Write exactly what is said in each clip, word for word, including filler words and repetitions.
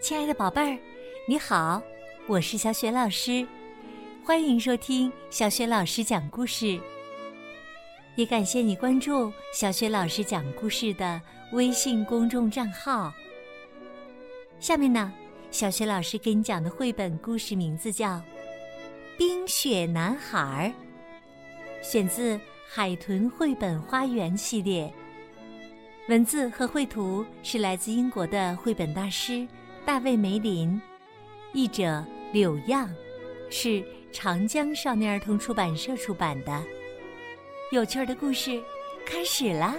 亲爱的宝贝儿，你好，我是小雪老师，欢迎收听小雪老师讲故事。也感谢你关注小雪老师讲故事的微信公众账号。下面呢，小雪老师给你讲的绘本故事名字叫《冰雪男孩》，选自海豚绘本花园系列。文字和绘图是来自英国的绘本大师大卫·梅林，译者柳漾，是长江少年儿童出版社出版的。有趣的故事开始啦！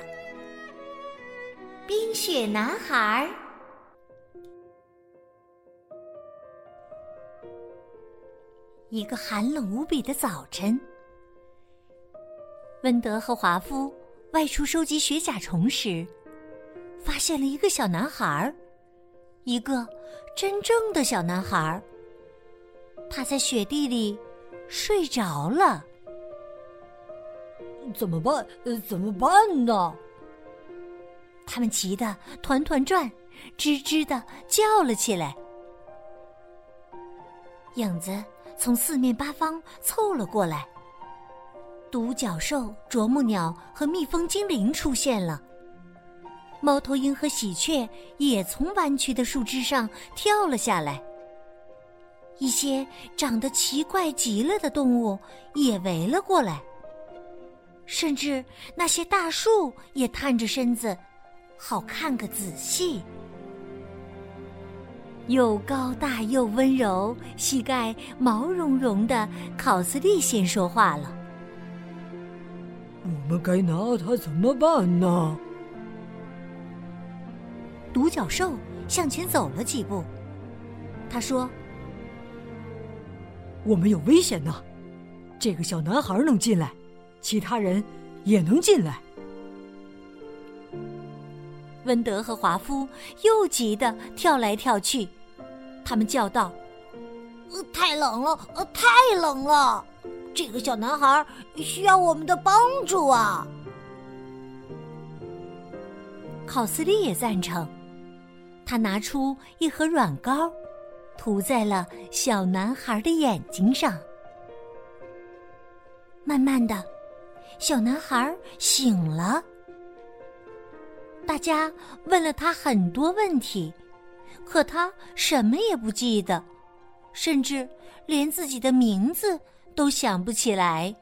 冰雪男孩。一个寒冷无比的早晨，温德和华夫外出收集雪甲虫时，发现了一个小男孩，一个真正的小男孩。他在雪地里睡着了。 怎么办？呃，怎么办呢？ 他们急得团团转，吱吱地叫了起来。影子从四面八方凑了过来，独角兽、啄木鸟和蜜蜂精灵出现了，猫头鹰和喜鹊也从弯曲的树枝上跳了下来。一些长得奇怪极了的动物也围了过来，甚至那些大树也探着身子，好看个仔细。又高大又温柔，膝盖毛茸茸的考斯利先说话了： 我们该拿它怎么办呢？ 独角兽向前走了几步，他说： 我们有危险呢，这个小男孩能进来，其他人也能进来。 温德和华夫又急得跳来跳去，他们叫道： 呃、太冷了、呃、太冷了，这个小男孩需要我们的帮助啊！ 考斯利也赞成，他拿出一盒软膏，涂在了小男孩的眼睛上。慢慢的，小男孩醒了。大家问了他很多问题，可他什么也不记得，甚至连自己的名字都想不起来。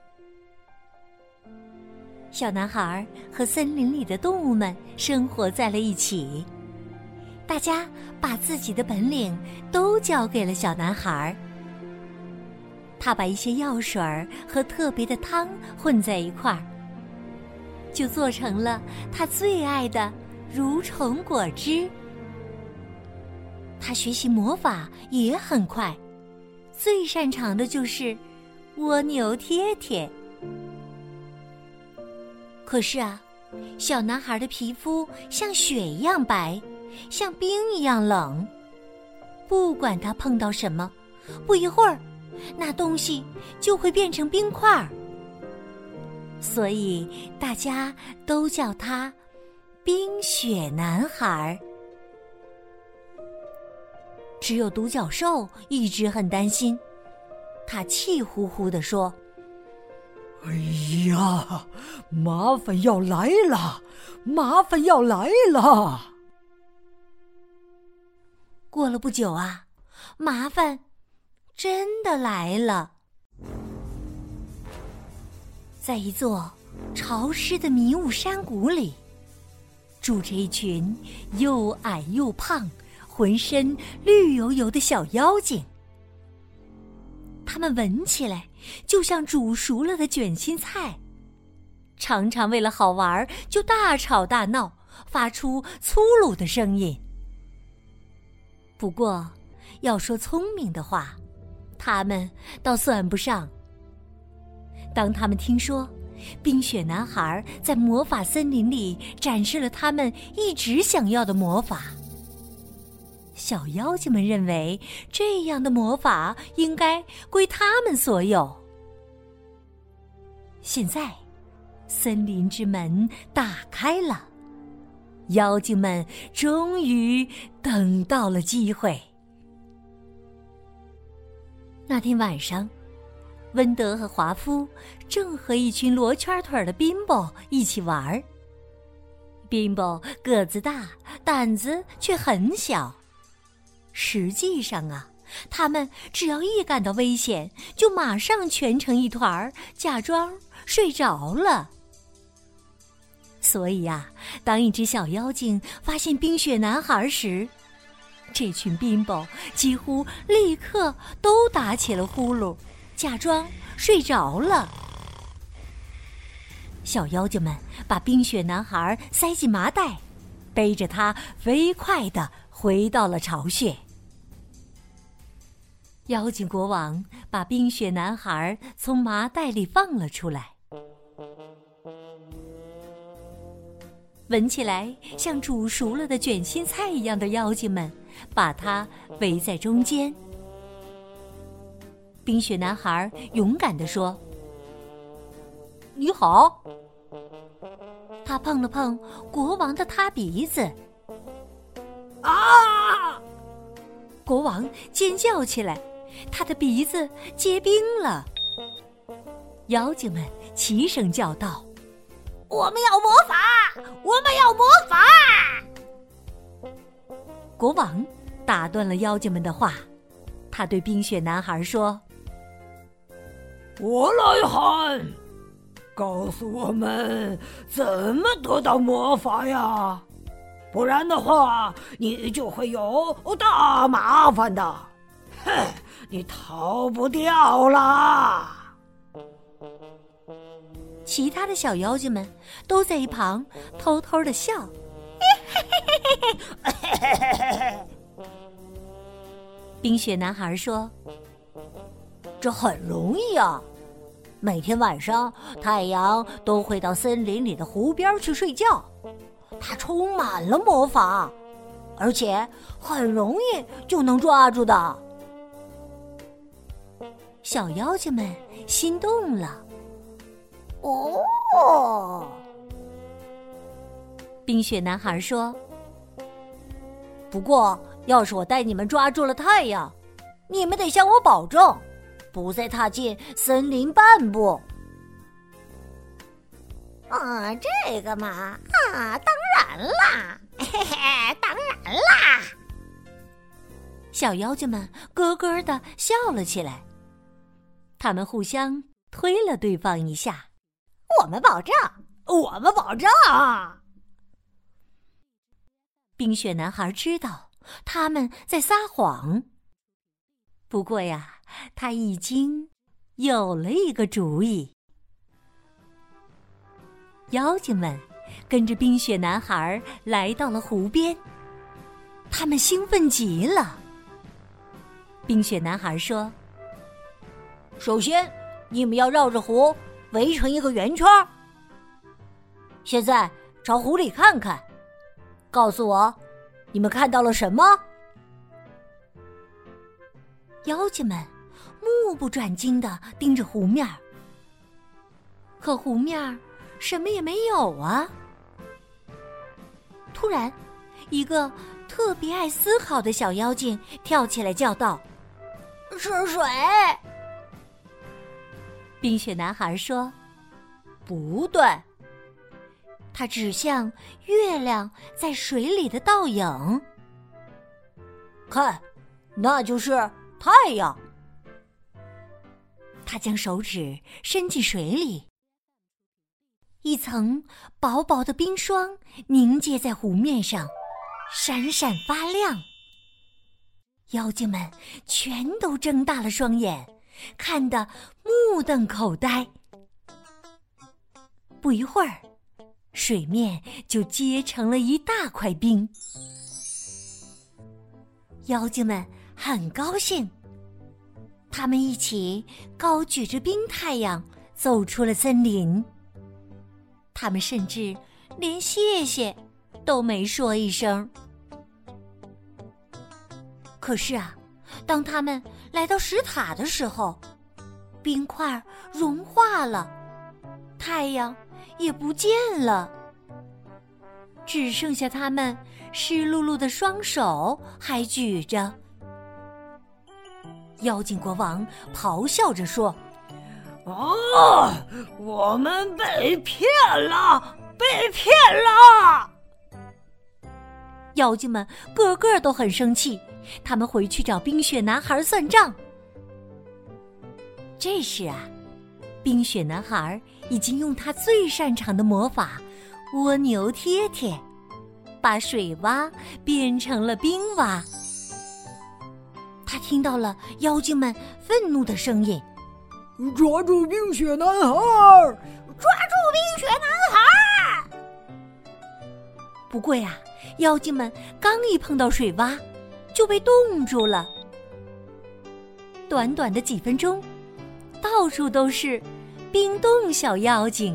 小男孩和森林里的动物们生活在了一起，大家把自己的本领都交给了小男孩。他把一些药水和特别的汤混在一块儿，就做成了他最爱的蠕虫果汁。他学习魔法也很快，最擅长的就是蜗牛贴贴。可是啊，小男孩的皮肤像雪一样白，像冰一样冷，不管他碰到什么，不一会儿那东西就会变成冰块儿。所以大家都叫他冰雪男孩。只有独角兽一直很担心，他气呼呼地说： 哎呀，麻烦要来了，麻烦要来了。 过了不久啊，麻烦真的来了。在一座潮湿的迷雾山谷里，住着一群又矮又胖、浑身绿油油的小妖精。它们闻起来就像煮熟了的卷心菜，常常为了好玩就大吵大闹，发出粗鲁的声音。不过要说聪明的话，他们倒算不上。当他们听说冰雪男孩在魔法森林里展示了他们一直想要的魔法，小妖精们认为这样的魔法应该归他们所有。现在，森林之门打开了，妖精们终于等到了机会。 那天晚上，温德和华夫正和一群罗圈腿的宾博一起玩。宾博个子大，胆子却很小。实际上啊，他们只要一感到危险，就马上蜷成一团儿，假装睡着了。所以呀、啊，当一只小妖精发现冰雪男孩时，这群宾博几乎立刻都打起了呼噜，假装睡着了。小妖精们把冰雪男孩塞进麻袋，背着他飞快地回到了巢穴。妖精国王把冰雪男孩从麻袋里放了出来，闻起来像煮熟了的卷心菜一样的妖精们把他围在中间。冰雪男孩勇敢地说：“ 你好。” 他碰了碰国王的塌鼻子。 啊！ 国王尖叫起来，他的鼻子结冰了。妖精们齐声叫道：“ 我们要魔法！我们要魔法！” 国王打断了妖精们的话，他对冰雪男孩说：“ 我来喊，告诉我们怎么得到魔法呀？不然的话，你就会有大麻烦的。哼，你逃不掉啦！” 其他的小妖精们都在一旁偷偷地笑。冰雪男孩说：“ 这很容易啊，每天晚上太阳都会到森林里的湖边去睡觉，它充满了魔法，而且很容易就能抓住的。” 小妖精们心动了。 哦， 冰雪男孩说：“ 不过要是我带你们抓住了太阳，你们得向我保证，不再踏进森林半步。”啊，这个嘛，啊，当然啦，嘿嘿，当然啦！ 小妖精们咯咯地笑了起来，他们互相推了对方一下。 我们保证，我们保证。 冰雪男孩知道他们在撒谎，不过呀，他已经有了一个主意。妖精们跟着冰雪男孩来到了湖边，他们兴奋极了。冰雪男孩说：“ 首先，你们要绕着湖围成一个圆圈。现在朝湖里看看，告诉我，你们看到了什么？” 妖精们目不转睛地盯着湖面，可湖面什么也没有啊。突然，一个特别爱思考的小妖精跳起来叫道：“ 是水！” 冰雪男孩说：“ 不对。” 他指向月亮在水里的倒影。 看，那就是太阳。 他将手指伸进水里，一层薄薄的冰霜凝结在湖面上，闪闪发亮。妖精们全都睁大了双眼，看得目瞪口呆。不一会儿，水面就结成了一大块冰。妖精们很高兴，他们一起高举着冰太阳走出了森林。他们甚至连谢谢都没说一声。可是啊，当他们来到石塔的时候，冰块融化了，太阳也不见了，只剩下他们湿漉漉的双手还举着。 妖精国王咆哮着说：“ 哦，我们被骗了，被骗了！” 妖精们个个都很生气，他们回去找冰雪男孩算账。这时啊，冰雪男孩已经用他最擅长的魔法蜗牛贴贴，把水洼变成了冰洼。他听到了妖精们愤怒的声音：“ 抓住冰雪男孩！ 抓住冰雪男孩！” 不过呀，妖精们刚一碰到水洼，就被冻住了。短短的几分钟，到处都是冰冻小妖精。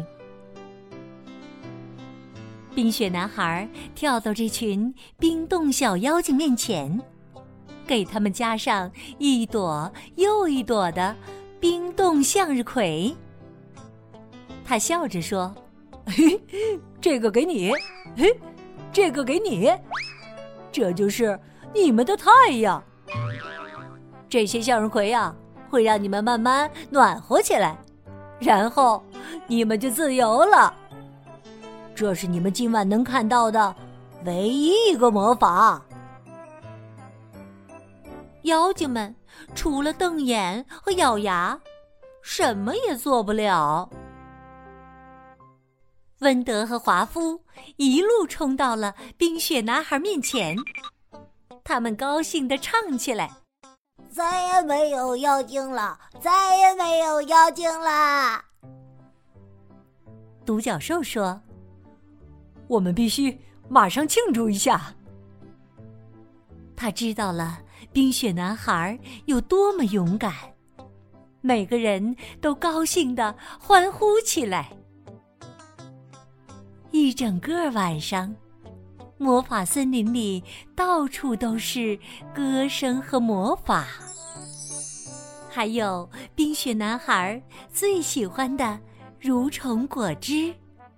冰雪男孩跳到这群冰冻小妖精面前，给他们加上一朵又一朵的冰冻向日葵。他笑着说：“嘿，这个给你，嘿，这个给你，这就是你们的太阳。这些向日葵啊，会让你们慢慢暖和起来，然后你们就自由了。这是你们今晚能看到的唯一一个魔法。”妖精们除了瞪眼和咬牙，什么也做不了。温德和华夫一路冲到了冰雪男孩面前，他们高兴地唱起来：“ 再也没有妖精了，再也没有妖精了。” 独角兽说：“我们必须马上庆祝一下。”他知道了冰雪男孩有多么勇敢，每个人都高兴地欢呼起来。一整个晚上，魔法森林里到处都是歌声和魔法，还有冰雪男孩最喜欢的蠕虫果汁。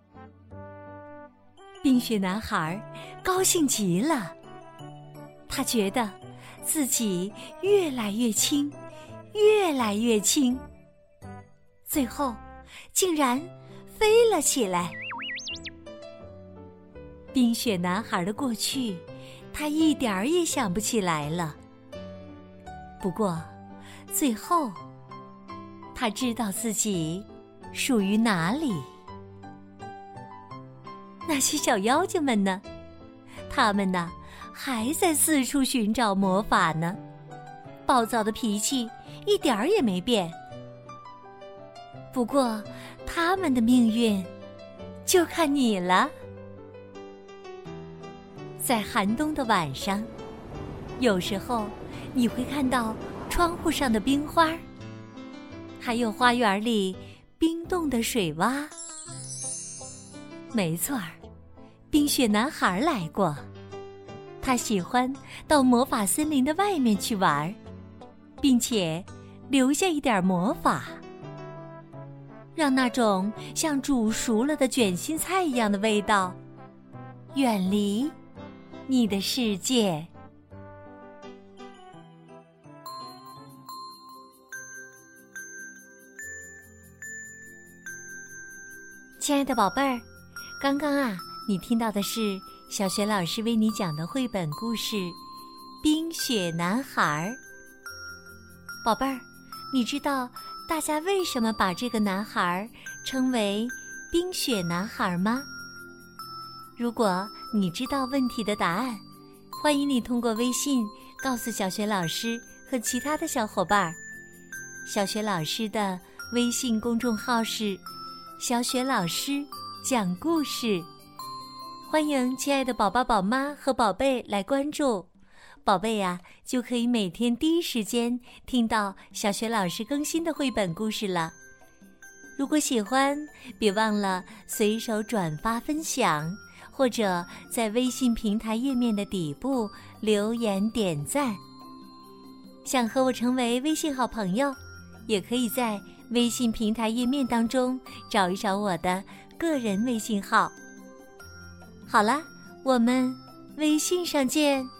冰雪男孩高兴极了，他觉得自己越来越轻，越来越轻，最后竟然飞了起来。冰雪男孩的过去，他一点儿也想不起来了。不过，最后，他知道自己属于哪里。那些小妖精们呢？他们呢，还在四处寻找魔法呢。暴躁的脾气一点儿也没变。不过，他们的命运就看你了。在寒冬的晚上，有时候你会看到窗户上的冰花，还有花园里冰冻的水洼。没错儿，冰雪男孩来过，他喜欢到魔法森林的外面去玩，并且留下一点魔法，让那种像煮熟了的卷心菜一样的味道远离你的世界。亲爱的宝贝儿，刚刚啊，你听到的是小雪老师为你讲的绘本故事《冰雪男孩》。宝贝儿，你知道大家为什么把这个男孩称为冰雪男孩吗？如果你知道问题的答案，欢迎你通过微信告诉小雪老师和其他的小伙伴。小雪老师的微信公众号是小雪老师讲故事，欢迎亲爱的宝宝宝妈和宝贝来关注。宝贝呀、啊，就可以每天第一时间听到小雪老师更新的绘本故事了。如果喜欢，别忘了随手转发分享，或者在微信平台页面的底部留言点赞。想和我成为微信好朋友，也可以在微信平台页面当中找一找我的个人微信号。好了，我们微信上见。